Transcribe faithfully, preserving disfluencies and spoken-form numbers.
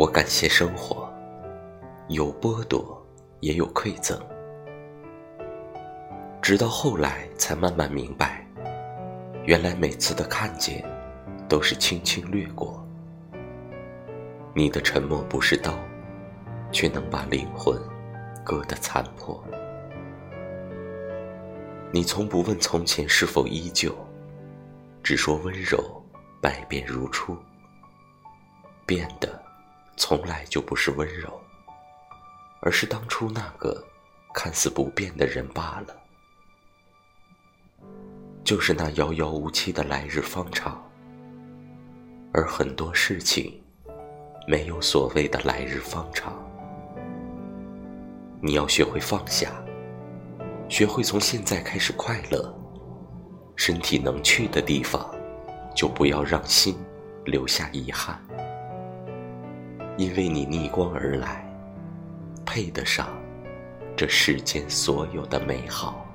我感谢生活，有剥夺，也有馈赠。直到后来才慢慢明白，原来每次的看见都是轻轻掠过。你的沉默不是刀，却能把灵魂割得残破。你从不问从前是否依旧，只说温柔百变如初。变的从来就不是温柔，而是当初那个看似不变的人罢了。就是那遥遥无期的来日方长，而很多事情没有所谓的来日方长。你要学会放下，学会从现在开始快乐。身体能去的地方，就不要让心留下遗憾。因为你逆光而来，配得上这世间所有的美好。